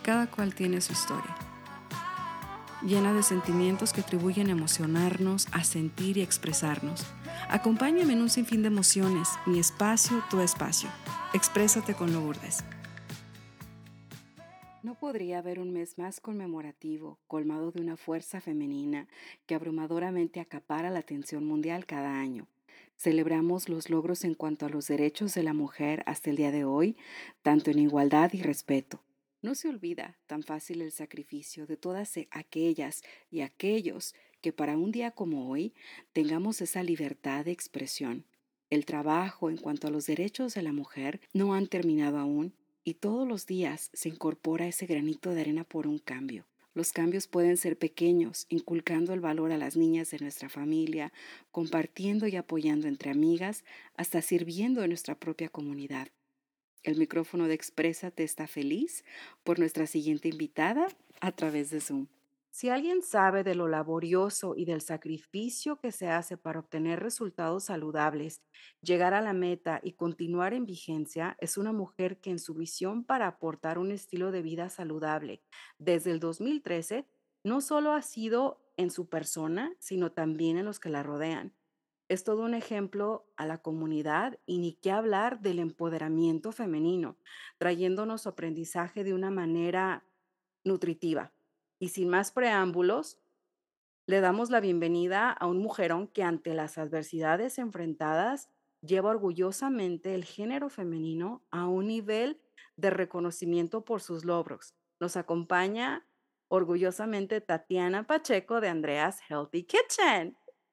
cada cual tiene su historia, llena de sentimientos que atribuyen a emocionarnos, a sentir y expresarnos. Acompáñame en un sinfín de emociones, mi espacio, tu espacio. Exprésate con Lourdes. No podría haber un mes más conmemorativo, colmado de una fuerza femenina que abrumadoramente acapara la atención mundial cada año. Celebramos los logros en cuanto a los derechos de la mujer hasta el día de hoy, tanto en igualdad y respeto. No se olvida tan fácil el sacrificio de todas aquellas y aquellos que para un día como hoy tengamos esa libertad de expresión. El trabajo en cuanto a los derechos de la mujer no han terminado aún y todos los días se incorpora ese granito de arena por un cambio. Los cambios pueden ser pequeños, inculcando el valor a las niñas de nuestra familia, compartiendo y apoyando entre amigas, hasta sirviendo en nuestra propia comunidad. El micrófono de Exprésate está feliz por nuestra siguiente invitada a través de Zoom. Si alguien sabe de lo laborioso y del sacrificio que se hace para obtener resultados saludables, llegar a la meta y continuar en vigencia, es una mujer que en su visión para aportar un estilo de vida saludable desde el 2013, no solo ha sido en su persona, sino también en los que la rodean. Es todo un ejemplo a la comunidad y ni qué hablar del empoderamiento femenino, trayéndonos su aprendizaje de una manera nutritiva. Y sin más preámbulos, le damos la bienvenida a un mujerón que ante las adversidades enfrentadas lleva orgullosamente el género femenino a un nivel de reconocimiento por sus logros. Nos acompaña orgullosamente Tatiana Pacheco de Andrea's Healthy Kitchen.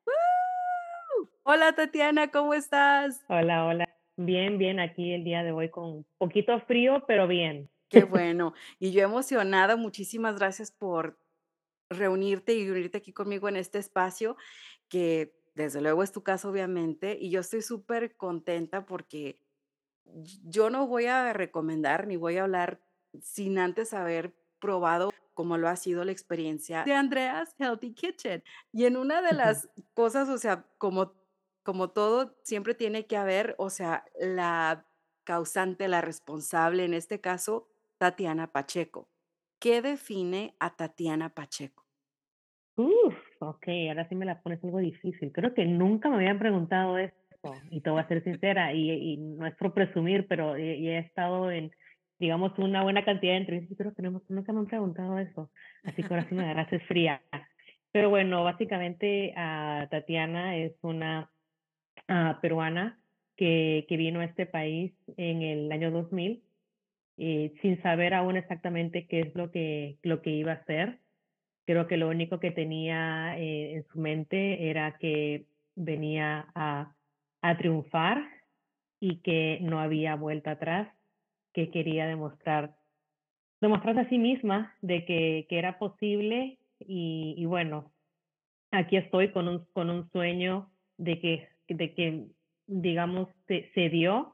¡Woo! Hola Tatiana, ¿cómo estás? Hola, hola. Bien, bien, aquí el día de hoy con poquito frío, pero bien. Qué bueno. Y yo emocionada, muchísimas gracias por reunirte y unirte aquí conmigo en este espacio, que desde luego es tu casa, obviamente, y yo estoy súper contenta porque yo no voy a recomendar ni voy a hablar sin antes haber probado cómo lo ha sido la experiencia de Andrea's Healthy Kitchen. Y en una de Ujú. las cosas, o sea, como todo, siempre tiene que haber, o sea, la causante, la responsable, en este caso, Tatiana Pacheco. ¿Qué define a Tatiana Pacheco? Okey, ahora sí me la pones algo difícil. Creo que nunca me habían preguntado esto, y te voy a ser sincera, y no es por presumir, pero y he estado en, digamos, una buena cantidad de entrevistas, y creo que nunca me han preguntado eso, así que ahora sí me agarraste fría. Pero bueno, básicamente, Tatiana es una, peruana que vino a este país en el año 2000, sin saber aún exactamente qué es lo que iba a hacer. Creo que lo único que tenía, en su mente era que venía a triunfar y que no había vuelta atrás, que quería demostrarse a sí misma de que era posible y bueno, aquí estoy con un sueño de que, digamos, se dio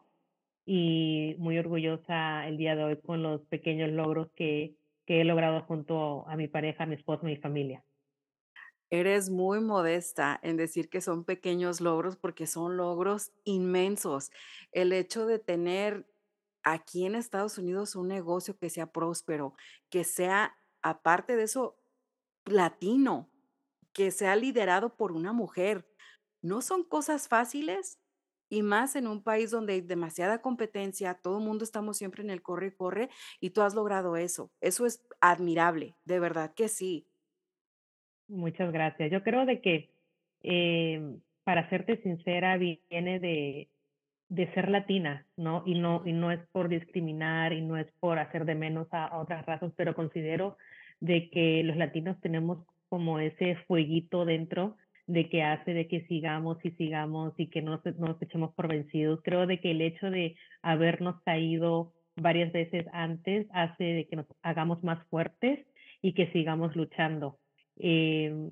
y muy orgullosa el día de hoy con los pequeños logros que he logrado junto a mi pareja, mi esposo, mi familia. Eres muy modesta en decir que son pequeños logros porque son logros inmensos. El hecho de tener aquí en Estados Unidos un negocio que sea próspero, que sea, aparte de eso, latino, que sea liderado por una mujer, no son cosas fáciles y más en un país donde hay demasiada competencia, todo el mundo estamos siempre en el corre y corre y tú has logrado eso. Eso es admirable, de verdad que sí. Muchas gracias. Yo creo de que, para serte sincera, viene de ser latina, ¿no? Y no es por discriminar y no es por hacer de menos a otras razas, pero considero de que los latinos tenemos como ese fueguito dentro de que hace de que sigamos y sigamos y que no nos echemos por vencidos. Creo de que el hecho de habernos caído varias veces antes hace de que nos hagamos más fuertes y que sigamos luchando. Em,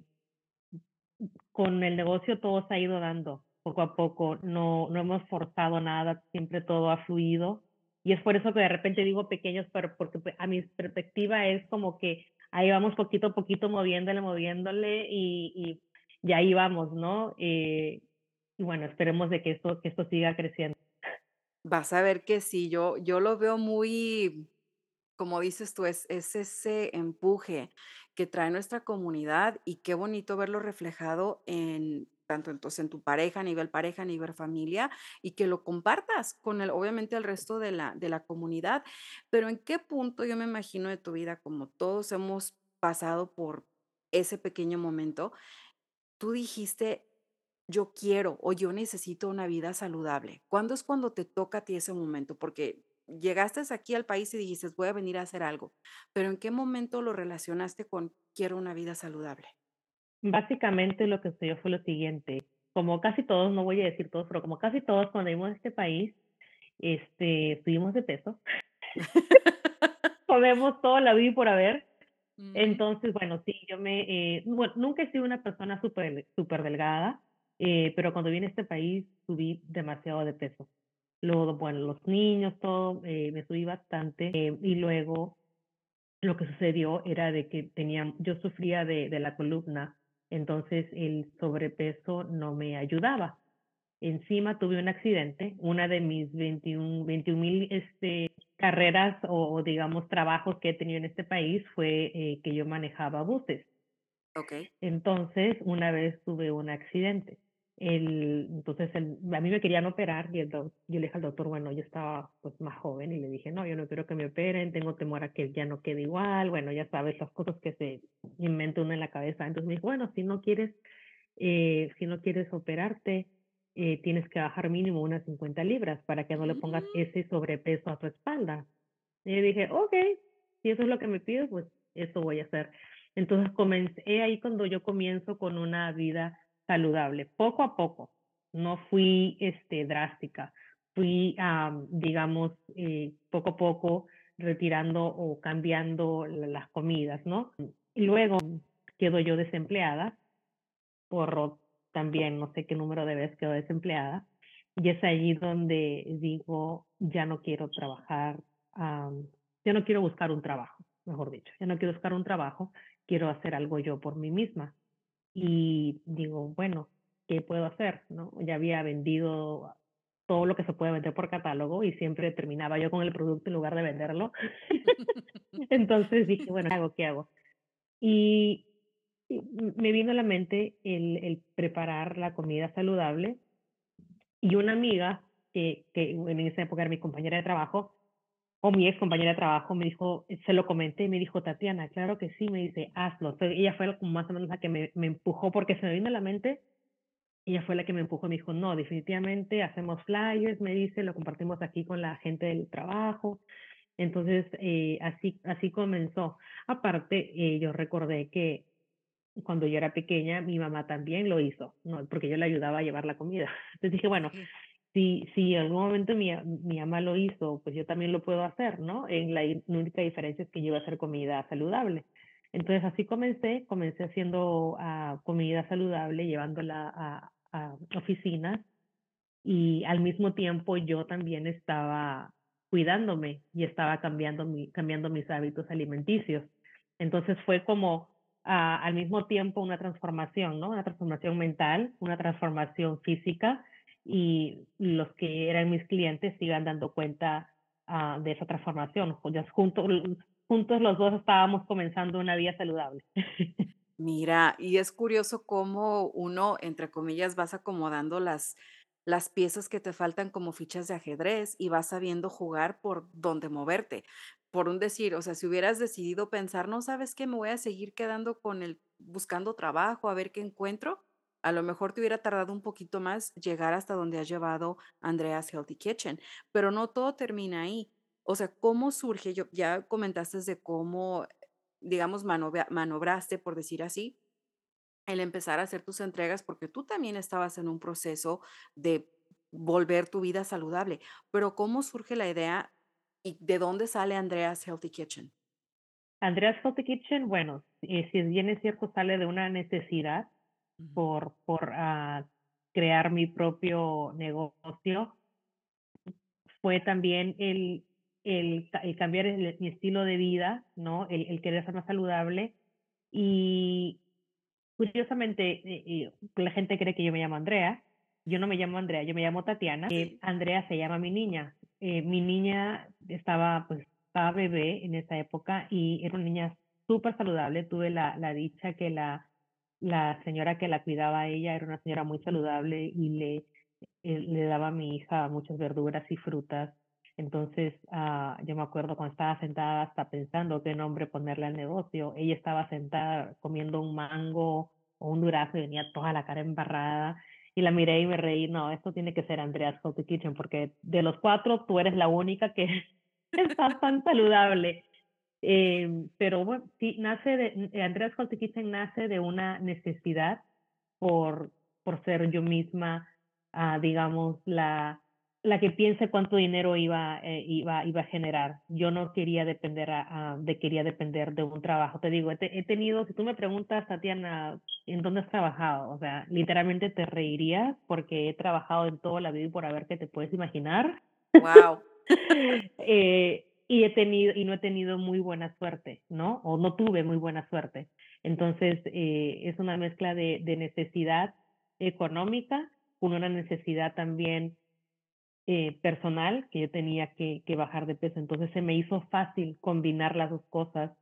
con el negocio todo se ha ido dando poco a poco, no hemos forzado nada, siempre todo ha fluido. Y es por eso que de repente digo pequeños, pero porque a mi perspectiva es como que ahí vamos poquito a poquito moviéndole y ahí vamos, ¿no? Y bueno, esperemos de que esto siga creciendo. Vas a ver que sí, yo lo veo muy, como dices tú, es ese empuje que trae nuestra comunidad y qué bonito verlo reflejado en tanto entonces en tu pareja, a nivel familia, y que lo compartas con el obviamente el resto de la comunidad. Pero, ¿en qué punto? Yo me imagino de tu vida, como todos hemos pasado por ese pequeño momento, tú dijiste: "Yo quiero o yo necesito una vida saludable". ¿Cuándo es cuando te toca a ti ese momento? Porque llegaste aquí al país y dijiste: "Voy a venir a hacer algo", pero, ¿en qué momento lo relacionaste con quiero una vida saludable? Básicamente lo que sucedió fue lo siguiente, como casi todos, no voy a decir todos, pero como casi todos cuando vivimos en este país, subimos de peso, comemos todo la vida y por haber. Ujú, Entonces, bueno, sí, bueno, nunca he sido una persona súper delgada, pero cuando vine a este país subí demasiado de peso. Luego, bueno, los niños, todo, me subí bastante, y luego lo que sucedió era de que yo sufría de la columna, entonces el sobrepeso no me ayudaba. Encima tuve un accidente, una de mis 21,000 carreras o digamos trabajos que he tenido en este país fue que yo manejaba buses. okey. Entonces, una vez tuve un accidente. A mí me querían operar y yo le dije al doctor, bueno, yo estaba pues más joven y le dije, no, yo no quiero que me operen, tengo temor a que ya no quede igual, bueno, ya sabes las cosas que se inventa uno en la cabeza. Entonces me dijo, bueno, si no quieres operarte, tienes que bajar mínimo unas 50 libras para que no le pongas Mm, ese sobrepeso a tu espalda. Y yo dije, ok, si eso es lo que me pides, pues eso voy a hacer. Entonces comencé ahí cuando yo comienzo con una vida saludable, poco a poco. No fui drástica, fui, digamos, poco a poco retirando o cambiando las comidas, ¿no? Y luego quedo yo desempleada por también no sé qué número de veces quedo desempleada. Y es allí donde digo, ya no quiero trabajar, ya no quiero buscar un trabajo, mejor dicho, ya no quiero buscar un trabajo, quiero hacer algo yo por mí misma. Y digo, bueno, ¿qué puedo hacer? ¿No? Ya había vendido todo lo que se puede vender por catálogo y siempre terminaba yo con el producto en lugar de venderlo. Entonces dije, bueno, ¿qué hago? ¿Qué hago? Y me vino a la mente el preparar la comida saludable y una amiga que en esa época era mi compañera de trabajo o mi ex compañera de trabajo me dijo, se lo comenté y me dijo, Tatiana, claro que sí, me dice, hazlo. Entonces, ella fue como más o menos la que me empujó porque se me vino a la mente, ella fue la que me empujó, me dijo, no, definitivamente hacemos flyers, me dice, lo compartimos aquí con la gente del trabajo. Entonces, así comenzó. Aparte, yo recordé que cuando yo era pequeña, mi mamá también lo hizo, ¿no? Porque yo le ayudaba a llevar la comida. Entonces dije, bueno, sí. si en algún momento mi mamá lo hizo, pues yo también lo puedo hacer, ¿no? La única diferencia es que yo iba a hacer comida saludable. Entonces así comencé haciendo comida saludable, llevándola a oficinas y al mismo tiempo yo también estaba cuidándome y estaba cambiando mis hábitos alimenticios. Entonces fue como al mismo tiempo una transformación, ¿no? Una transformación mental, una transformación física y los que eran mis clientes se iban dando cuenta de esa transformación. Ya juntos los dos estábamos comenzando una vida saludable. Mira, y es curioso cómo uno, entre comillas, vas acomodando las piezas que te faltan como fichas de ajedrez y vas sabiendo jugar por dónde moverte. Por un decir, o sea, si hubieras decidido pensar, no sabes qué, me voy a seguir quedando con el buscando trabajo, a ver qué encuentro, a lo mejor te hubiera tardado un poquito más llegar hasta donde has llevado Andrea's Healthy Kitchen, pero no todo termina ahí. O sea, ¿cómo surge? Yo ya comentaste de cómo digamos, manobraste, por decir así, el empezar a hacer tus entregas, porque tú también estabas en un proceso de volver tu vida saludable. Pero, ¿cómo surge la idea y de dónde sale Andrea's Healthy Kitchen? Andreas Healthy Kitchen, bueno, si bien es cierto, sale de una necesidad, Ujú. por crear mi propio negocio, fue también el cambiar mi estilo de vida, ¿no? El querer ser más saludable. Y curiosamente, la gente cree que yo me llamo Andrea. Yo no me llamo Andrea, yo me llamo Tatiana. Sí. Andrea se llama mi niña. Mi niña estaba, pues, estaba bebé en esa época y era una niña súper saludable. Tuve la dicha que la señora que la cuidaba a ella era una señora muy saludable y le daba a mi hija muchas verduras y frutas. Entonces, yo me acuerdo cuando estaba sentada hasta pensando qué nombre ponerle al negocio. Ella estaba sentada comiendo un mango o un durazno y venía toda la cara embarrada. Y la miré y me reí. No, esto tiene que ser Andrea's Healthy Kitchen porque de los cuatro tú eres la única que está tan saludable. Pero bueno, sí, Andrea's Healthy Kitchen nace de una necesidad por, por ser yo misma, digamos, la que piense cuánto dinero iba a generar. Yo no quería depender, quería depender de un trabajo. Te digo, he tenido, si tú me preguntas, Tatiana, ¿en dónde has trabajado? O sea, literalmente te reirías porque he trabajado en toda la vida y por haber que te puedes imaginar. Wow. Y no he tenido muy buena suerte, ¿no? O no tuve muy buena suerte. Entonces, es una mezcla de necesidad económica con una necesidad también personal, que yo tenía que bajar de peso. Entonces, se me hizo fácil combinar las dos cosas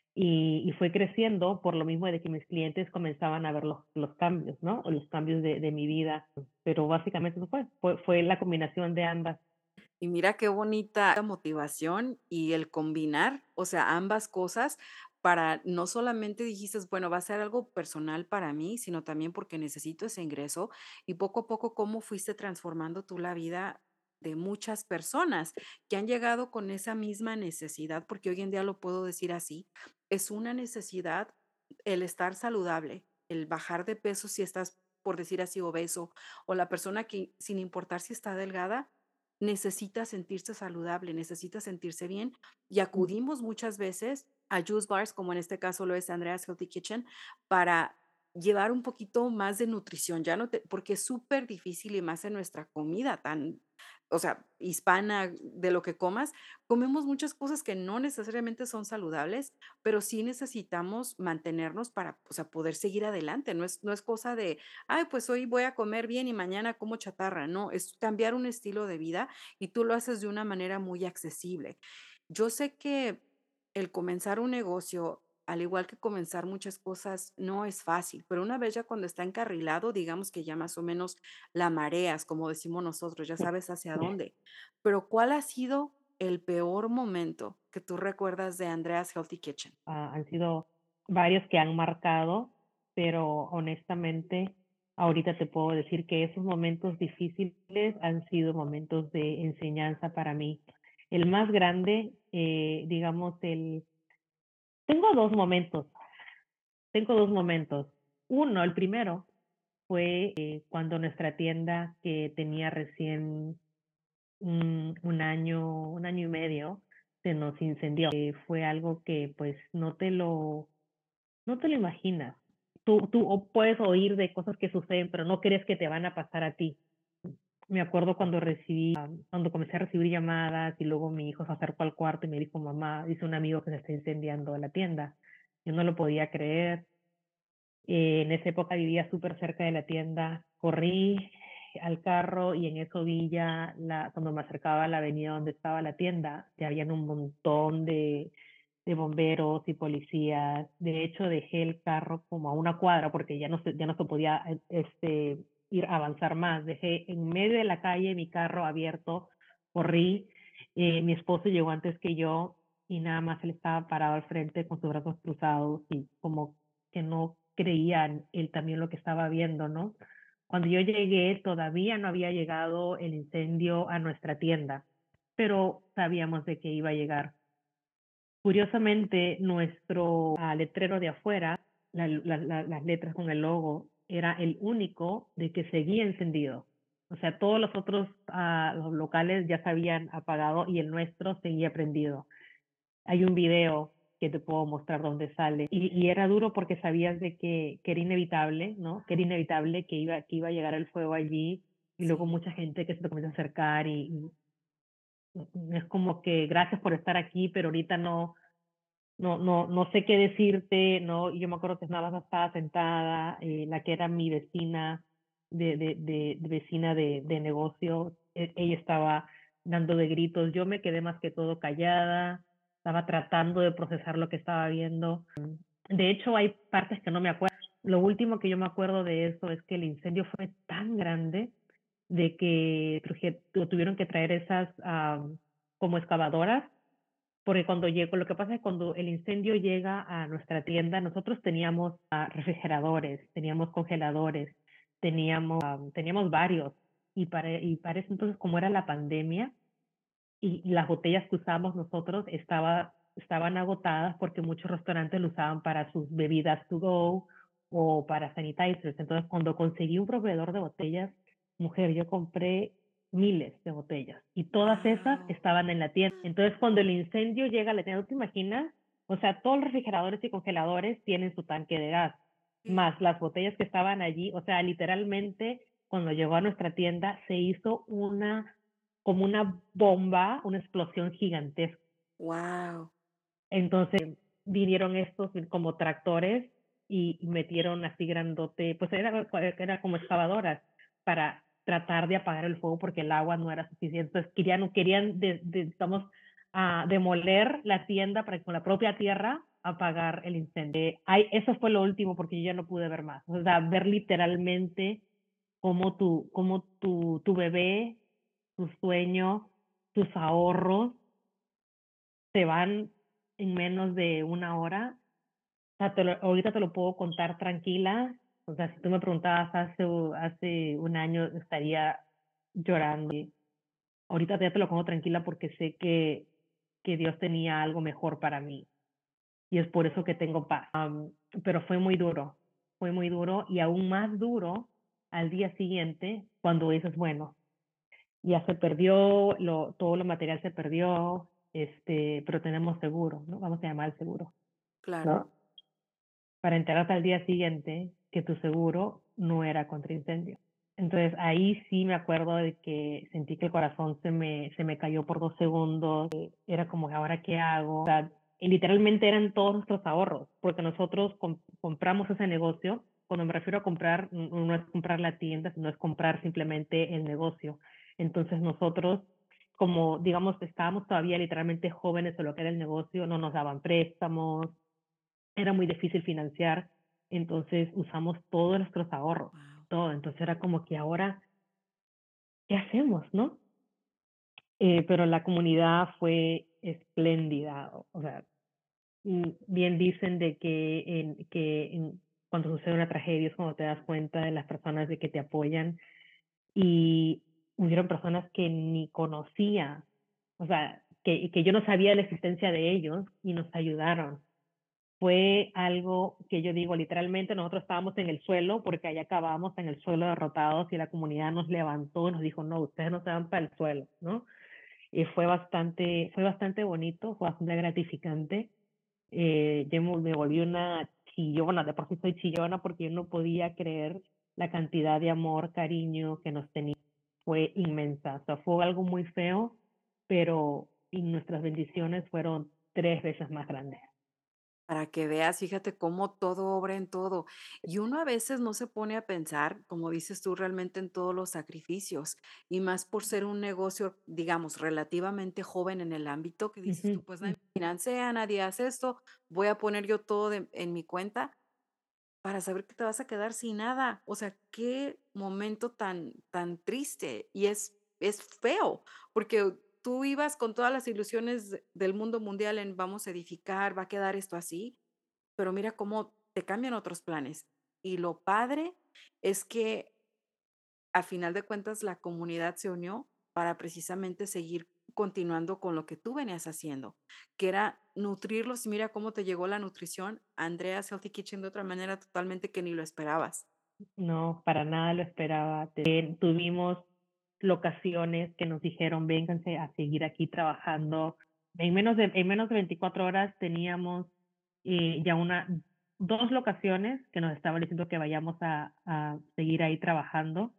y fue creciendo por lo mismo de que mis clientes comenzaban a ver los cambios, ¿no? O los cambios de mi vida. Pero básicamente eso fue la combinación de ambas. Y mira qué bonita motivación y el combinar, o sea, ambas cosas para no solamente dijiste, bueno, va a ser algo personal para mí, sino también porque necesito ese ingreso y poco a poco cómo fuiste transformando tú la vida de muchas personas que han llegado con esa misma necesidad, porque hoy en día lo puedo decir así, es una necesidad el estar saludable, el bajar de peso si estás, por decir así, obeso, o la persona que sin importar si está delgada, necesita sentirse saludable, necesita sentirse bien y acudimos muchas veces a juice bars, como en este caso lo es Andrea's Healthy Kitchen, para llevar un poquito más de nutrición, ya no te porque es súper difícil y más en nuestra comida tan, o sea, hispana, de lo que comas, comemos muchas cosas que no necesariamente son saludables, pero sí necesitamos mantenernos para, o sea, poder seguir adelante, no es cosa de: "Ay, pues hoy voy a comer bien y mañana como chatarra", no, es cambiar un estilo de vida y tú lo haces de una manera muy accesible. Yo sé que el comenzar un negocio, al igual que comenzar muchas cosas, no es fácil, pero una vez ya cuando está encarrilado, digamos que ya más o menos la mareas, como decimos nosotros, ya sabes hacia dónde. Pero ¿cuál ha sido el peor momento que tú recuerdas de Andrea's Healthy Kitchen? Han sido varios que han marcado, pero honestamente, ahorita te puedo decir que esos momentos difíciles han sido momentos de enseñanza para mí. El más grande, digamos, tengo dos momentos, tengo dos momentos. Uno, el primero, fue cuando nuestra tienda, que tenía recién un año y medio, se nos incendió. Fue algo que pues no te lo imaginas. Tú puedes oír de cosas que suceden, pero no crees que te van a pasar a ti. Me acuerdo cuando comencé a recibir llamadas y luego mi hijo se acercó al cuarto y me dijo, mamá, dice un amigo que se está incendiando la tienda. Yo no lo podía creer. En esa época vivía súper cerca de la tienda. Corrí al carro y en eso vi ya, cuando me acercaba a la avenida donde estaba la tienda, ya habían un montón de bomberos y policías. De hecho, dejé el carro como a una cuadra porque ya no se podía ir a avanzar más. Dejé en medio de la calle mi carro abierto, corrí. Mi esposo llegó antes que yo y nada más él estaba parado al frente con sus brazos cruzados y como que no creía él también lo que estaba viendo, ¿no? Cuando yo llegué, todavía no había llegado el incendio a nuestra tienda, pero sabíamos de que iba a llegar. Curiosamente, nuestro letrero de afuera, las letras con el logo, era el único de que seguía encendido. O sea, todos los otros los locales ya se habían apagado y el nuestro seguía prendido. Hay un video que te puedo mostrar donde sale. Y era duro porque sabías de que era inevitable, ¿no? Que era inevitable que iba a llegar el fuego allí y luego Sí. mucha gente que se te comienza a acercar es como que gracias por estar aquí, pero ahorita no sé qué decirte, ¿no? Y yo me acuerdo que nada más estaba sentada, la que era mi vecina, de vecina de negocio, ella estaba dando de gritos, yo me quedé más que todo callada, estaba tratando de procesar lo que estaba viendo. De hecho, hay partes que no me acuerdo. Lo último que yo me acuerdo de eso es que el incendio fue tan grande de que tuvieron que traer esas como excavadoras, porque cuando llegó, lo que pasa es que cuando el incendio llega a nuestra tienda, nosotros teníamos refrigeradores, teníamos congeladores, teníamos varios, y para eso entonces, como era la pandemia, y las botellas que usábamos nosotros estaban agotadas porque muchos restaurantes lo usaban para sus bebidas to go o para sanitizers. Entonces, cuando conseguí un proveedor de botellas, mujer, yo compré miles de botellas y todas esas Wow. estaban en la tienda. Entonces, cuando el incendio llega a la tienda, ¿tú te imaginas? O sea, todos los refrigeradores y congeladores tienen su tanque de gas, Sí. más las botellas que estaban allí. O sea, literalmente, cuando llegó a nuestra tienda, se hizo como una bomba, una explosión gigantesca. Wow. Entonces vinieron estos como tractores y metieron así grandote, pues era como excavadoras para tratar de apagar el fuego porque el agua no era suficiente. Entonces querían digamos, demoler la tienda para que con la propia tierra apagar el incendio. Eso fue lo último porque yo ya no pude ver más. O sea, ver literalmente cómo tu bebé, tu sueño, tus ahorros se van en menos de una hora. O sea, ahorita te lo puedo contar tranquila. O sea, si tú me preguntabas hace un año, estaría llorando. Ahorita ya te lo pongo tranquila porque sé que Dios tenía algo mejor para mí. Y es por eso que tengo paz. Pero fue muy duro y aún más duro al día siguiente cuando dices, bueno, ya se perdió, todo lo material se perdió, pero tenemos seguro, ¿no? Vamos a llamar al seguro, Claro. ¿no? Para enterarte al día siguiente que tu seguro no era contra incendio. Entonces ahí sí me acuerdo de que sentí que el corazón se me cayó por 2 segundos, era como, ¿ahora qué hago? O sea, y literalmente eran todos nuestros ahorros, porque nosotros compramos ese negocio. Cuando me refiero a comprar, no es comprar la tienda, sino es comprar simplemente el negocio. Entonces nosotros, como digamos, estábamos todavía literalmente jóvenes de lo que era el negocio, no nos daban préstamos, era muy difícil financiar, entonces usamos todos nuestros ahorros, Wow. todo. Entonces era como que ahora, ¿qué hacemos, no? Pero la comunidad fue espléndida, o sea, bien dicen de que cuando sucede una tragedia es cuando te das cuenta de las personas de que te apoyan, y hubieron personas que ni conocía, o sea, que yo no sabía de la existencia de ellos y nos ayudaron. Fue algo que yo digo, literalmente nosotros estábamos en el suelo porque allá acabábamos en el suelo derrotados y la comunidad nos levantó y nos dijo, no, ustedes no se van para el suelo, ¿no? Y fue bastante bonito, fue bastante gratificante. Yo me volví una chillona, de por sí soy chillona porque yo no podía creer la cantidad de amor, cariño que nos tenía. Fue inmensa, o sea, fue algo muy feo, pero y nuestras bendiciones fueron 3 veces más grandes. Para que veas, fíjate cómo todo obra en todo. Y uno a veces no se pone a pensar, como dices tú, realmente en todos los sacrificios, y más por ser un negocio, digamos, relativamente joven en el ámbito, que dices Ujú. tú, pues nadie me financia, nadie hace esto, voy a poner yo todo en mi cuenta para saber que te vas a quedar sin nada. O sea, qué momento tan triste. Y es feo, porque tú ibas con todas las ilusiones del mundo mundial en vamos a edificar, va a quedar esto así, pero mira cómo te cambian otros planes. Y lo padre es que a final de cuentas la comunidad se unió para precisamente seguir continuando con lo que tú venías haciendo, que era nutrirlos. Y mira cómo te llegó la nutrición, Andrea's Healthy Kitchen, de otra manera totalmente que ni lo esperabas. No, para nada lo esperaba. Tuvimos locaciones que nos dijeron, vénganse a seguir aquí trabajando. En menos de 24 horas teníamos ya 2 locaciones que nos estaban diciendo que vayamos a seguir ahí trabajando.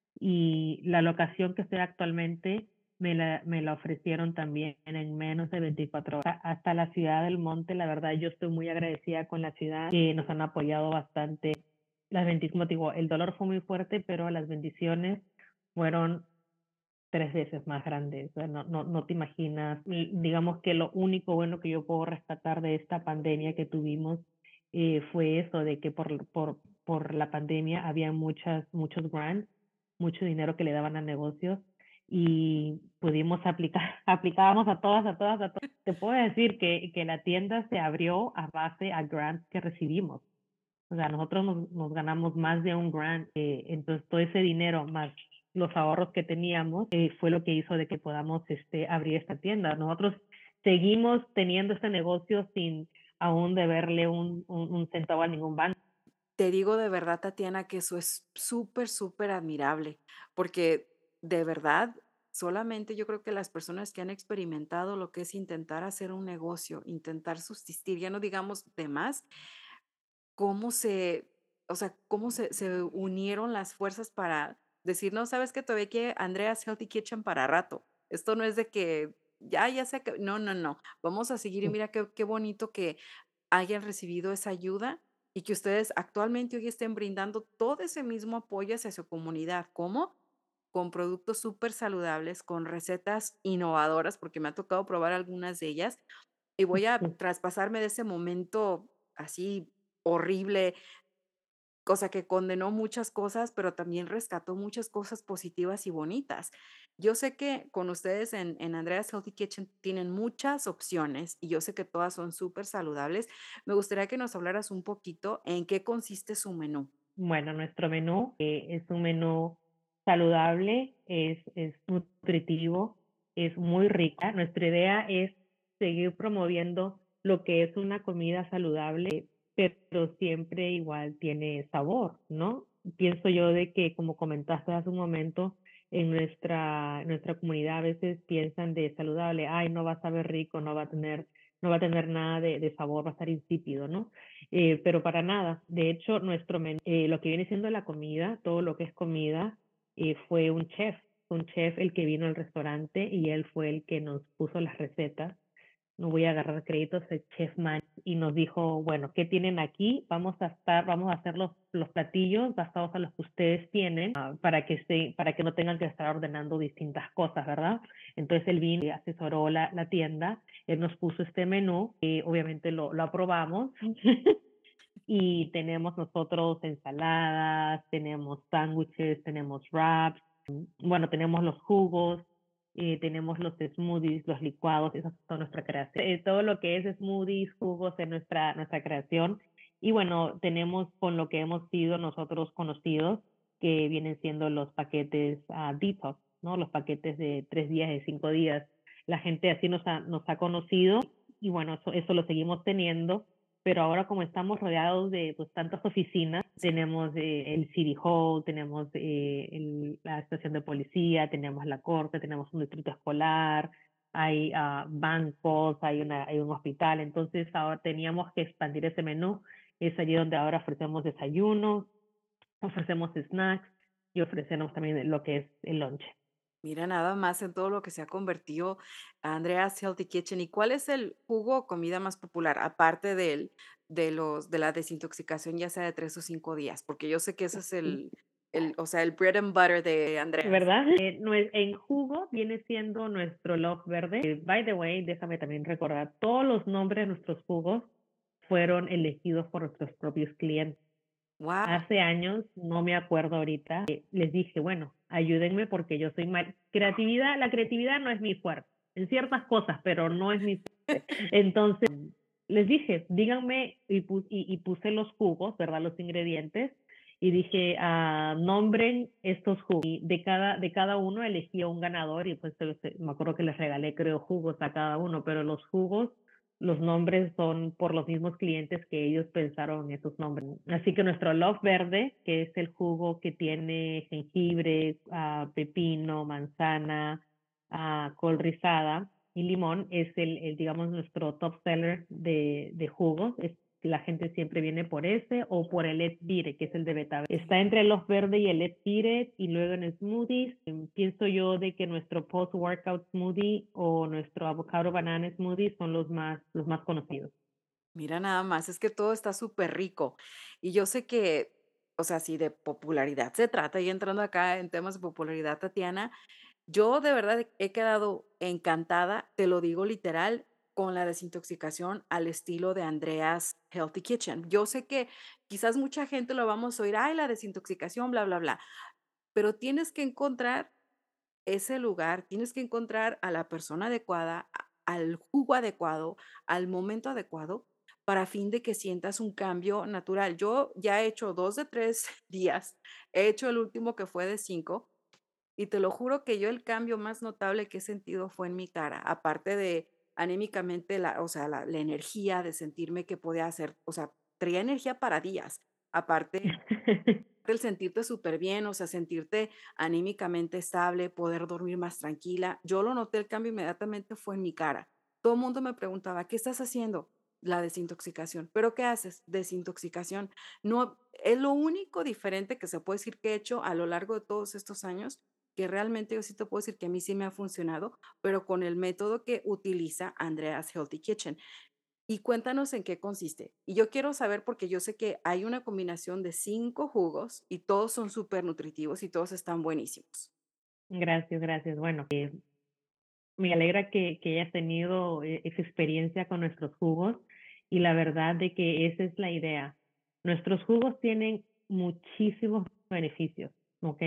Y la locación que estoy actualmente me la ofrecieron también en menos de 24 horas. Hasta la ciudad del Monte, la verdad, yo estoy muy agradecida con la ciudad, que nos han apoyado bastante. Como te digo, el dolor fue muy fuerte, pero las bendiciones fueron 3 veces más grande. O sea, no te imaginas. Digamos que lo único bueno que yo puedo rescatar de esta pandemia que tuvimos, fue eso, de que por la pandemia había muchos grants, mucho dinero que le daban a negocios y pudimos aplicar aplicábamos a todas. Te puedo decir que la tienda se abrió a base a grants que recibimos. O sea, nosotros nos ganamos más de un grant, entonces todo ese dinero más los ahorros que teníamos, fue lo que hizo de que podamos abrir esta tienda. Nosotros seguimos teniendo este negocio sin aún deberle un centavo a ningún banco. Te digo de verdad, Tatiana, que eso es súper, súper admirable, porque de verdad, solamente yo creo que las personas que han experimentado lo que es intentar hacer un negocio, intentar subsistir, ya no digamos de más, cómo se, o sea, cómo se unieron las fuerzas para decir, no, sabes que todavía que Andrea's Healthy Kitchen para rato. Esto no es de que ya sé que, no, no, no, vamos a seguir y mira qué bonito que hayan recibido esa ayuda y que ustedes actualmente hoy estén brindando todo ese mismo apoyo hacia su comunidad. ¿Cómo? Con productos súper saludables, con recetas innovadoras, porque me ha tocado probar algunas de ellas y voy a traspasarme de ese momento así horrible, cosa que condenó muchas cosas, pero también rescató muchas cosas positivas y bonitas. Yo sé que con ustedes en Andrea's Healthy Kitchen tienen muchas opciones y yo sé que todas son súper saludables. Me gustaría que nos hablaras un poquito en qué consiste su menú. Bueno, nuestro menú, es un menú saludable, es nutritivo, es muy rica. Nuestra idea es seguir promoviendo lo que es una comida saludable, pero siempre igual tiene sabor, ¿no? Pienso yo de que, como comentaste hace un momento, en nuestra comunidad a veces piensan de saludable, ay, no va a saber rico, no va a tener nada de sabor, va a estar insípido, ¿no? Pero para nada. De hecho, nuestro menú, lo que viene siendo la comida, todo lo que es comida, fue un chef el que vino al restaurante y él fue el que nos puso las recetas. No voy a agarrar créditos, el chef Man, y nos dijo, bueno, ¿qué tienen aquí? Vamos a hacer los platillos basados a los que ustedes tienen, para que no tengan que estar ordenando distintas cosas, ¿verdad? Entonces él vino y asesoró la tienda, él nos puso este menú, obviamente lo aprobamos. Y tenemos nosotros ensaladas, tenemos sándwiches, tenemos wraps, bueno, tenemos los jugos, tenemos los smoothies, los licuados, esa es toda nuestra creación. Todo lo que es smoothies, jugos es nuestra creación. Y bueno, tenemos con lo que hemos sido nosotros conocidos, que vienen siendo los paquetes detox, ¿no? Los paquetes de 3 días, de 5 días. La gente así nos ha conocido y bueno, eso lo seguimos teniendo, pero ahora como estamos rodeados de pues, tantas oficinas, tenemos el City Hall, tenemos la estación de policía, tenemos la corte, tenemos un distrito escolar, hay bancos, hay un hospital, entonces ahora teníamos que expandir ese menú. Es allí donde ahora ofrecemos desayunos, ofrecemos snacks y ofrecemos también lo que es el lunch. Mira nada más en todo lo que se ha convertido Andrea's Healthy Kitchen. ¿Y cuál es el jugo o comida más popular, aparte de la desintoxicación, ya sea de 3 o 5 días? Porque yo sé que ese es o sea, el bread and butter de Andrea's. ¿Verdad? En jugo viene siendo nuestro Love Verde. By the way, déjame también recordar, todos los nombres de nuestros jugos fueron elegidos por nuestros propios clientes. Wow. Hace años, no me acuerdo ahorita, les dije, bueno, ayúdenme porque yo soy mal. La creatividad no es mi fuerte, en ciertas cosas, pero no es mi fuerte. Entonces, les dije, díganme, y puse los jugos, ¿verdad? Los ingredientes, y dije, nombren estos jugos. Y de cada uno elegí a un ganador, y pues me acuerdo que les regalé, creo, jugos a cada uno, pero los jugos, los nombres son por los mismos clientes que ellos pensaron en esos nombres. Así que nuestro Love Verde, que es el jugo que tiene jengibre, pepino, manzana, col rizada y limón, es digamos, nuestro top seller de jugos. La gente siempre viene por ese o por el Let's Beat It, que es el de betabel. Está entre el Love Verde y el Let's Beat It, y luego en smoothies, pienso yo de que nuestro post-workout smoothie o nuestro avocado banana smoothie son los más conocidos. Mira nada más, es que todo está súper rico. Y yo sé que, o sea, si de popularidad se trata, y entrando acá en temas de popularidad, Tatiana, Yo de verdad he quedado encantada, te lo digo literal, con la desintoxicación al estilo de Andrea's Healthy Kitchen. Yo sé que quizás mucha gente lo vamos a oír, ay, la desintoxicación, bla, bla, bla, pero tienes que encontrar ese lugar, tienes que encontrar a la persona adecuada, al jugo adecuado, al momento adecuado, para fin de que sientas un cambio natural. Yo ya he hecho 2 de 3 días, he hecho el último que fue de 5 y te lo juro que yo el cambio más notable que he sentido fue en mi cara, aparte de anímicamente, o sea, la energía de sentirme que podía hacer, o sea, traía energía para días, aparte el sentirte súper bien, o sea, sentirte anímicamente estable, poder dormir más tranquila. Yo lo noté, el cambio inmediatamente fue en mi cara. Todo el mundo me preguntaba, ¿qué estás haciendo? La desintoxicación. ¿Pero qué haces? Desintoxicación. No, es lo único diferente que se puede decir que he hecho a lo largo de todos estos años, que realmente yo sí te puedo decir que a mí sí me ha funcionado, pero con el método que utiliza Andrea's Healthy Kitchen. Y cuéntanos en qué consiste. Y yo quiero saber, porque yo sé que hay una combinación de 5 jugos y todos son súper nutritivos y todos están buenísimos. Gracias, gracias. Bueno, me alegra que hayas tenido esa experiencia con nuestros jugos y la verdad de que esa es la idea. Nuestros jugos tienen muchísimos beneficios, ¿ok?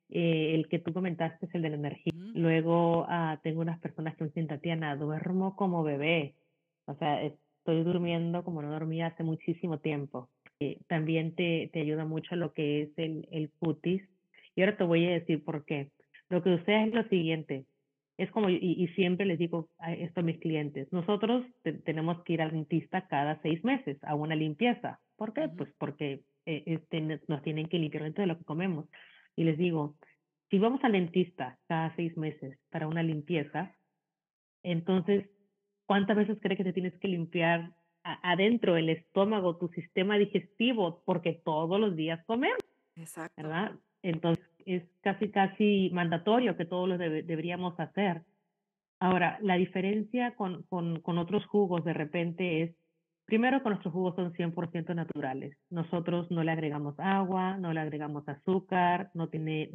El que tú comentaste es el de la energía. Ujú. Luego tengo unas personas que me dicen, Tatiana, duermo como bebé. O sea, estoy durmiendo como no dormía hace muchísimo tiempo. También te ayuda mucho lo que es el cutis. Y ahora te voy a decir por qué. Lo que sucede es lo siguiente. Es como, y siempre les digo esto a mis clientes, nosotros tenemos que ir al dentista cada 6 meses a una limpieza. ¿Por qué? Ujú. Pues porque nos tienen que limpiar dentro de lo que comemos. Y les digo, si vamos al dentista cada 6 meses para una limpieza, entonces, ¿cuántas veces cree que te tienes que limpiar adentro el estómago, tu sistema digestivo? Porque todos los días comemos, Exacto. ¿verdad? Entonces, es casi, casi mandatorio que todos lo deberíamos hacer. Ahora, la diferencia con otros jugos de repente es, primero que nuestros jugos son 100% naturales. Nosotros no le agregamos agua, no le agregamos azúcar, no tiene,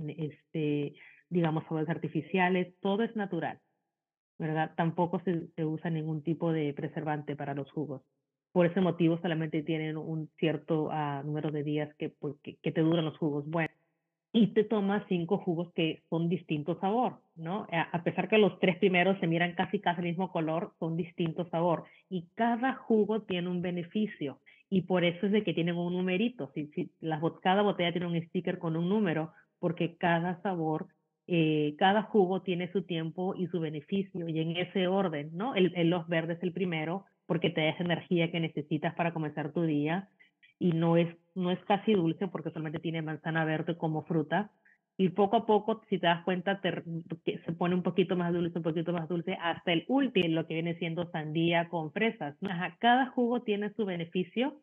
digamos, sabores artificiales, todo es natural, ¿verdad? Tampoco se usa ningún tipo de preservante para los jugos. Por ese motivo solamente tienen un cierto número de días pues, que te duran los jugos. Bueno, y te tomas 5 jugos que son distinto sabor, ¿no? A pesar que los 3 primeros se miran casi casi el mismo color, son distinto sabor. Y cada jugo tiene un beneficio. Y por eso es de que tienen un numerito. Cada botella tiene un sticker con un número, porque cada sabor, cada jugo tiene su tiempo y su beneficio. Y en ese orden, ¿no? Los verdes es el primero, porque te da esa energía que necesitas para comenzar tu día y no es casi dulce porque solamente tiene manzana verde como fruta. Y poco a poco, si te das cuenta, que se pone un poquito más dulce, hasta el último, lo que viene siendo sandía con fresas. Ajá, cada jugo tiene su beneficio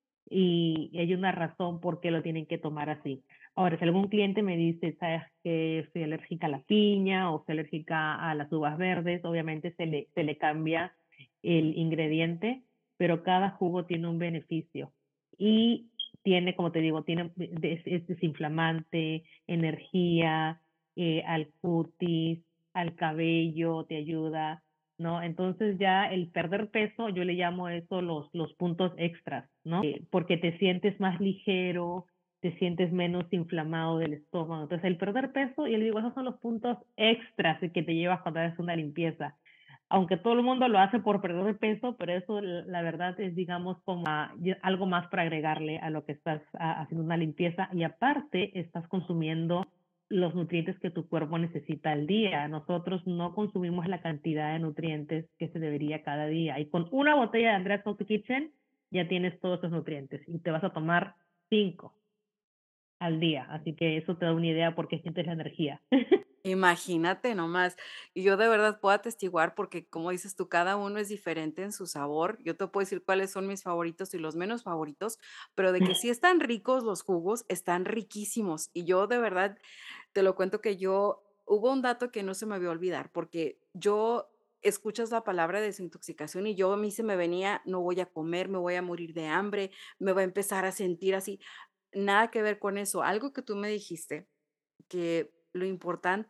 y hay una razón por qué lo tienen que tomar así. Ahora, si algún cliente me dice, sabes que soy alérgica a la piña o soy alérgica a las uvas verdes, obviamente se le cambia el ingrediente, pero cada jugo tiene un beneficio. Y tiene, como te digo, es desinflamante, energía, al cutis, al cabello, te ayuda, ¿no? Entonces ya el perder peso, yo le llamo eso los puntos extras, ¿no? Porque te sientes más ligero, te sientes menos inflamado del estómago. Entonces el perder peso, y le digo, esos son los puntos extras que te llevas cuando haces una limpieza. Aunque todo el mundo lo hace por perder de peso, pero eso la verdad es, digamos, como algo más para agregarle a lo que estás haciendo una limpieza y aparte estás consumiendo los nutrientes que tu cuerpo necesita al día. Nosotros no consumimos la cantidad de nutrientes que se debería cada día. Y con una botella de Andrea's Healthy Kitchen ya tienes todos esos nutrientes y te vas a tomar 5 al día. Así que eso te da una idea porque sientes la energía. Imagínate nomás. Y yo de verdad puedo atestiguar porque, como dices tú, cada uno es diferente en su sabor. Yo te puedo decir cuáles son mis favoritos y los menos favoritos, pero de que sí están ricos los jugos, están riquísimos. Y yo de verdad te lo cuento que yo hubo un dato que no se me va a olvidar, porque yo escuchas la palabra desintoxicación y yo a mí se me venía, no voy a comer, me voy a morir de hambre, me va a empezar a sentir así. Nada que ver con eso. Algo que tú me dijiste, que lo importante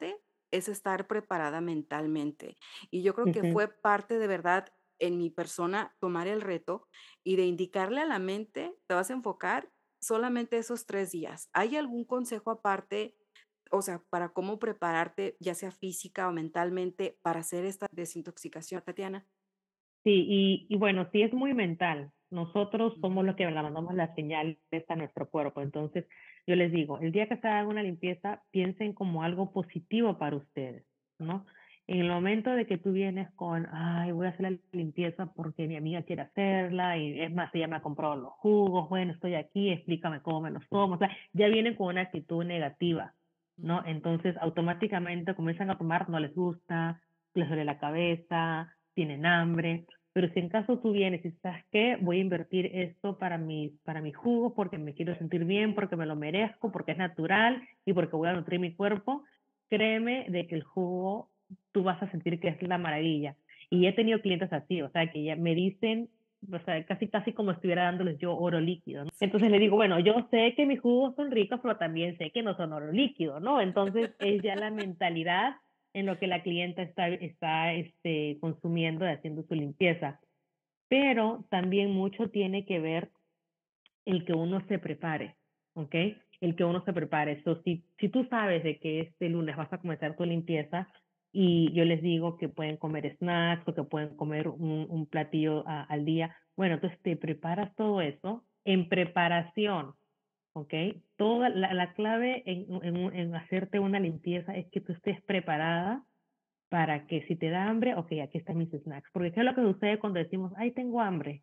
es estar preparada mentalmente. Y yo creo que Ujú. fue parte de verdad en mi persona tomar el reto y de indicarle a la mente, te vas a enfocar solamente esos 3 días. ¿Hay algún consejo aparte, o sea, para cómo prepararte, ya sea física o mentalmente, para hacer esta desintoxicación, Tatiana? Sí, y bueno, sí es muy mental. Nosotros somos Ujú, los que le mandamos las señales a nuestro cuerpo. Entonces, yo les digo, el día que se hagan una limpieza, piensen como algo positivo para ustedes, ¿no? En el momento de que tú vienes con, ay, voy a hacer la limpieza porque mi amiga quiere hacerla, y es más, ella me ha comprado los jugos, bueno, estoy aquí, explícame cómo me los tomo. O sea, ya vienen con una actitud negativa, ¿no? ujú. Entonces, automáticamente comienzan a tomar, no les gusta, les duele la cabeza, tienen hambre. Pero si en caso tú vienes y sabes qué, voy a invertir esto para mi jugo porque me quiero sentir bien, porque me lo merezco, porque es natural y porque voy a nutrir mi cuerpo, créeme de que el jugo tú vas a sentir que es la maravilla. Y he tenido clientes así, o sea, que ya me dicen, o sea, casi casi como estuviera dándoles yo oro líquido, ¿no? Sí. Entonces le digo, bueno, yo sé que mis jugos son ricos, pero también sé que no son oro líquido, ¿no? Entonces es ya la mentalidad en lo que la clienta está consumiendo y haciendo su limpieza. Pero también mucho tiene que ver el que uno se prepare, ¿ok? El que uno se prepare. So, si tú sabes de que este lunes vas a comenzar tu limpieza y yo les digo que pueden comer snacks o que pueden comer un platillo al día, bueno, entonces te preparas todo eso en preparación, ¿ok? Toda la clave en hacerte una limpieza es que tú estés preparada para que si te da hambre, ok, aquí están mis snacks. Porque ¿qué es lo que sucede cuando decimos, ay, tengo hambre?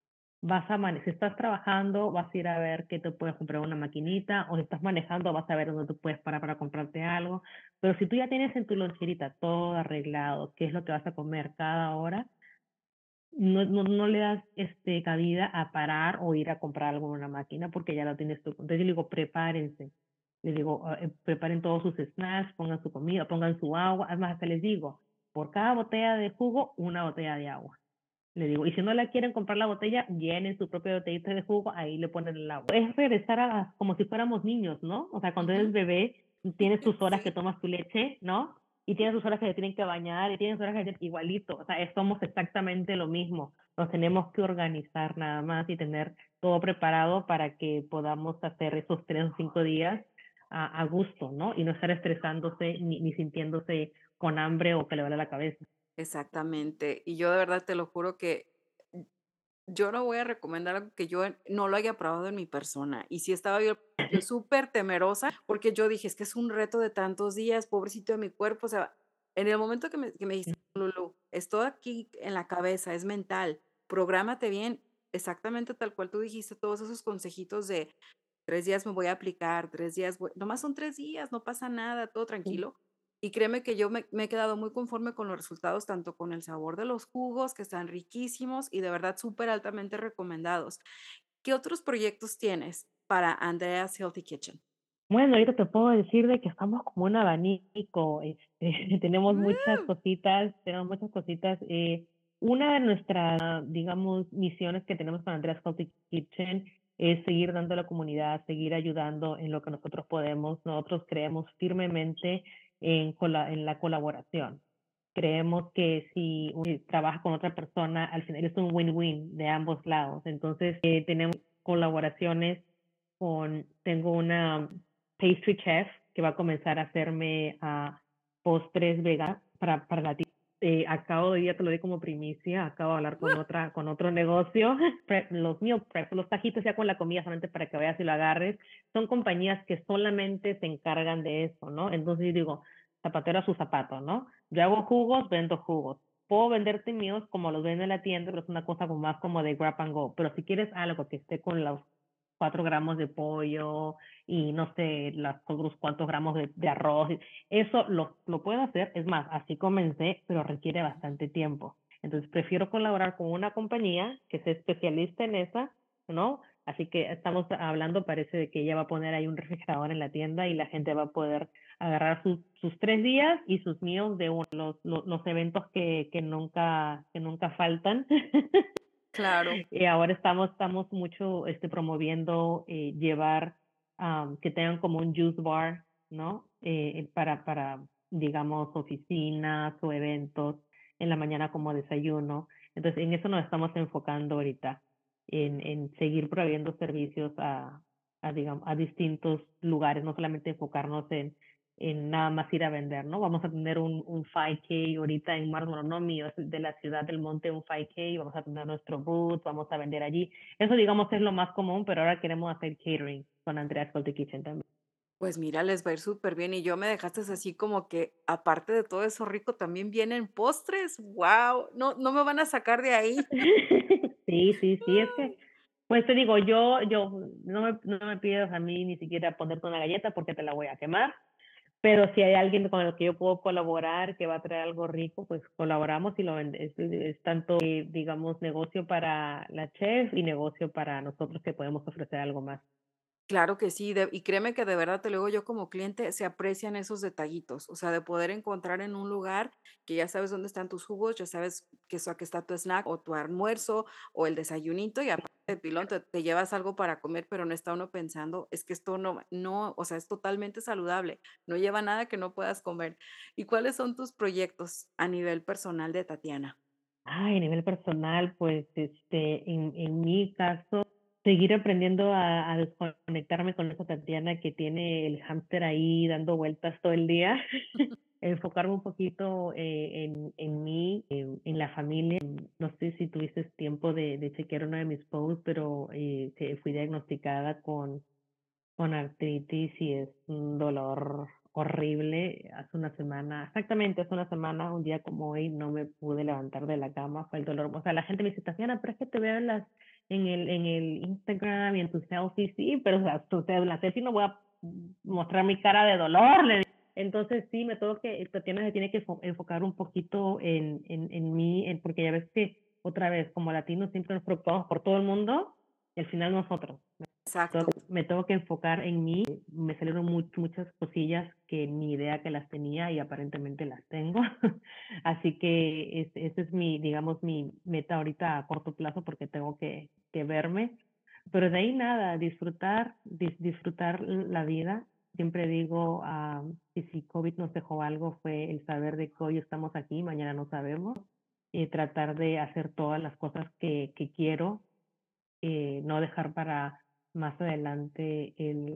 Si estás trabajando, vas a ir a ver qué te puedes comprar una maquinita, o si estás manejando, vas a ver dónde tú puedes parar para comprarte algo. Pero si tú ya tienes en tu loncherita todo arreglado, qué es lo que vas a comer cada hora, no le das cabida a parar o ir a comprar algo en una máquina porque ya lo tienes tú. Entonces yo le digo, prepárense. Le digo, preparen todos sus snacks, pongan su comida, pongan su agua. Además, hasta les digo, por cada botella de jugo, una botella de agua. Le digo, y si no la quieren comprar la botella, llenen su propia botellita de jugo, ahí le ponen el agua. Es regresar a como si fuéramos niños, ¿no? O sea, cuando eres Ujú. bebé, tienes tus horas que Sí. tomas tu leche, ¿no? Y tienes tus horas que se tienen que bañar, y tienes horas que igualito. O sea, somos exactamente lo mismo. Nos tenemos que organizar nada más y tener todo preparado para que podamos hacer esos 3 o 5 días a gusto, ¿no? Y no estar estresándose ni sintiéndose con hambre o que le duele la cabeza. Exactamente. Y yo de verdad te lo juro que yo no voy a recomendar algo que yo no lo haya probado en mi persona. Y sí estaba yo súper temerosa, porque yo dije: "Es que es un reto de tantos días, pobrecito de mi cuerpo". O sea, en el momento que me dijiste: "Lulu, es todo aquí en la cabeza, es mental, prográmate bien", exactamente tal cual tú dijiste, todos esos consejitos de 3 días me voy a aplicar, 3 días voy nomás son 3 días, no pasa nada, todo tranquilo. Y créeme que yo me he quedado muy conforme con los resultados, tanto con el sabor de los jugos, que están riquísimos y de verdad súper altamente recomendados. ¿Qué otros proyectos tienes para Andrea's Healthy Kitchen? Bueno, ahorita te puedo decir de que estamos como un abanico, ¡Woo! tenemos muchas cositas. Una de nuestras, digamos, misiones que tenemos con Andreas Healthy Kitchen es seguir dando a la comunidad, seguir ayudando en lo que nosotros podemos. Nosotros creemos firmemente en la colaboración. Creemos que si trabajas con otra persona, al final es un win-win de ambos lados. Entonces, tenemos colaboraciones tengo una pastry chef que va a comenzar a hacerme postres veganos para la tienda. Acabo de, ya te lo di como primicia, acabo de hablar ¡Woo! con otro negocio, los meal prep, los tajitos ya con la comida solamente para que vayas y lo agarres, son compañías que solamente se encargan de eso, ¿no? Entonces yo digo, zapatero a su zapato, ¿no? Yo hago jugos, vendo jugos. Puedo venderte míos como los venden en la tienda, pero es una cosa como más como de grab and go. Pero si quieres algo que esté con los 4 gramos de pollo y no sé, otros cuantos gramos de arroz. Eso lo puedo hacer, es más, así comencé, pero requiere bastante tiempo. Entonces prefiero colaborar con una compañía que sea especialista en esa, ¿no? Así que estamos hablando, parece de que ella va a poner ahí un refrigerador en la tienda y la gente va a poder agarrar sus 3 días y sus meals de los eventos que nunca faltan. Claro. Ahora estamos mucho promoviendo llevar que tengan como un juice bar, ¿no? digamos, oficinas o eventos, en la mañana como desayuno. Entonces, en eso nos estamos enfocando ahorita, en seguir proveyendo servicios digamos, a distintos lugares, no solamente enfocarnos en nada más ir a vender, ¿no? Vamos a tener un 5K ahorita en Mars Mononomi, es de la ciudad del monte, un 5K, vamos a tener nuestro booth, vamos a vender allí. Eso, digamos, es lo más común, pero ahora queremos hacer catering con Andrea's Cold Kitchen también. Pues mira, les va a ir súper bien. Y yo me dejaste así como que, aparte de todo eso rico, también vienen postres. ¡Wow! No me van a sacar de ahí. Sí, sí, sí, es que, pues te digo, yo no me pidas a mí ni siquiera ponerte una galleta porque te la voy a quemar, pero si hay alguien con el que yo puedo colaborar, que va a traer algo rico, pues colaboramos y es tanto, digamos, negocio para la chef y negocio para nosotros que podemos ofrecer algo más. Claro que sí, y créeme que de verdad te lo digo yo como cliente, se aprecian esos detallitos, o sea, de poder encontrar en un lugar que ya sabes dónde están tus jugos, ya sabes que eso aquí está tu snack o tu almuerzo o el desayunito y aparte de pilón te llevas algo para comer, pero no está uno pensando, es que esto no, o sea, es totalmente saludable, no lleva nada que no puedas comer. ¿Y cuáles son tus proyectos a nivel personal de Tatiana? Ay, a nivel personal, pues, en mi caso, seguir aprendiendo a desconectarme con esa Tatiana que tiene el hámster ahí dando vueltas todo el día. Enfocarme un poquito, en mí, en la familia. No sé si tuviste tiempo de chequear uno de mis posts, pero, que fui diagnosticada con artritis y es un dolor horrible. Hace una semana, exactamente hace una semana, un día como hoy, no me pude levantar de la cama, fue el dolor. O sea, la gente me dice, Tatiana, pero es que te veo en el Instagram y en tus selfies, sí, pero o sea, en la selfie no voy a mostrar mi cara de dolor. Entonces sí, me tengo que, Tatiana se tiene que enfocar un poquito en mí, porque ya ves que otra vez, como latinos, siempre nos preocupamos por todo el mundo y al final nosotros. Exacto. Me tengo que enfocar en mí. Me salieron muchas cosillas que ni idea que las tenía y aparentemente las tengo. Así que ese es mi, digamos, mi meta ahorita a corto plazo porque tengo que verme. Pero de ahí nada, disfrutar la vida. Siempre digo que si COVID nos dejó algo fue el saber de que hoy estamos aquí, mañana no sabemos. Y tratar de hacer todas las cosas que quiero, no dejar para más adelante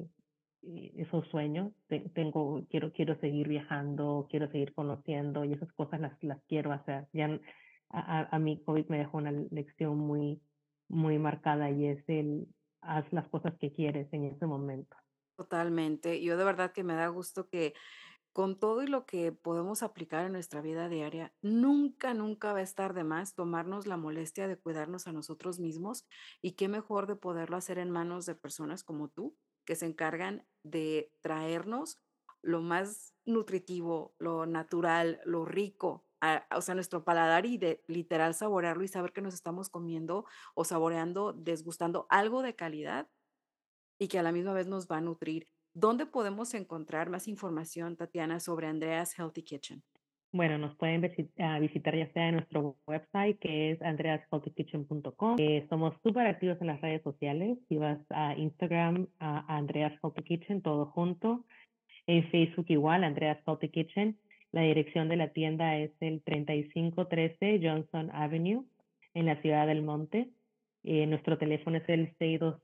esos sueños. Quiero seguir viajando, quiero seguir conociendo y esas cosas las quiero hacer. A mí COVID me dejó una lección muy marcada y es haz las cosas que quieres en ese momento. Totalmente. Yo de verdad que me da gusto que con todo y lo que podemos aplicar en nuestra vida diaria, nunca va a estar de más tomarnos la molestia de cuidarnos a nosotros mismos y qué mejor de poderlo hacer en manos de personas como tú, que se encargan de traernos lo más nutritivo, lo natural, lo rico, o sea, nuestro paladar y de literal saborearlo y saber que nos estamos comiendo o saboreando, desgustando algo de calidad y que a la misma vez nos va a nutrir. ¿Dónde podemos encontrar más información, Tatiana, sobre Andrea's Healthy Kitchen? Bueno, nos pueden visitar ya sea en nuestro website, que es andreashealthykitchen.com. Somos súper activos en las redes sociales. Si vas a Instagram, a Andreas Healthy Kitchen, todo junto. En Facebook igual, Andreas Healthy Kitchen. La dirección de la tienda es el 3513 Johnson Avenue, en la ciudad del Monte. Nuestro teléfono es el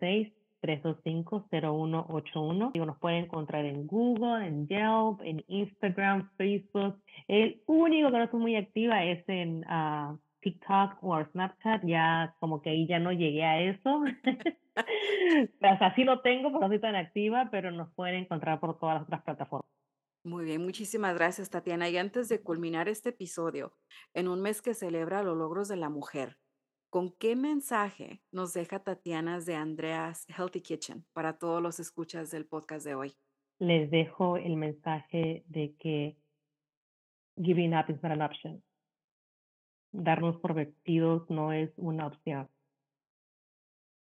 626-325-0181. Digo, nos pueden encontrar en Google, en Yelp, en Instagram, Facebook. El único que no estoy muy activa es en TikTok o Snapchat. Ya como que ahí ya no llegué a eso. O sea, sí lo tengo, pero no estoy tan activa, pero nos pueden encontrar por todas las otras plataformas. Muy bien, muchísimas gracias, Tatiana. Y antes de culminar este episodio, en un mes que celebra los logros de la mujer, ¿con qué mensaje nos deja Tatiana de Andrea's Healthy Kitchen para todos los escuchas del podcast de hoy? Les dejo el mensaje de que giving up is not an option. Darnos por vencidos no es una opción.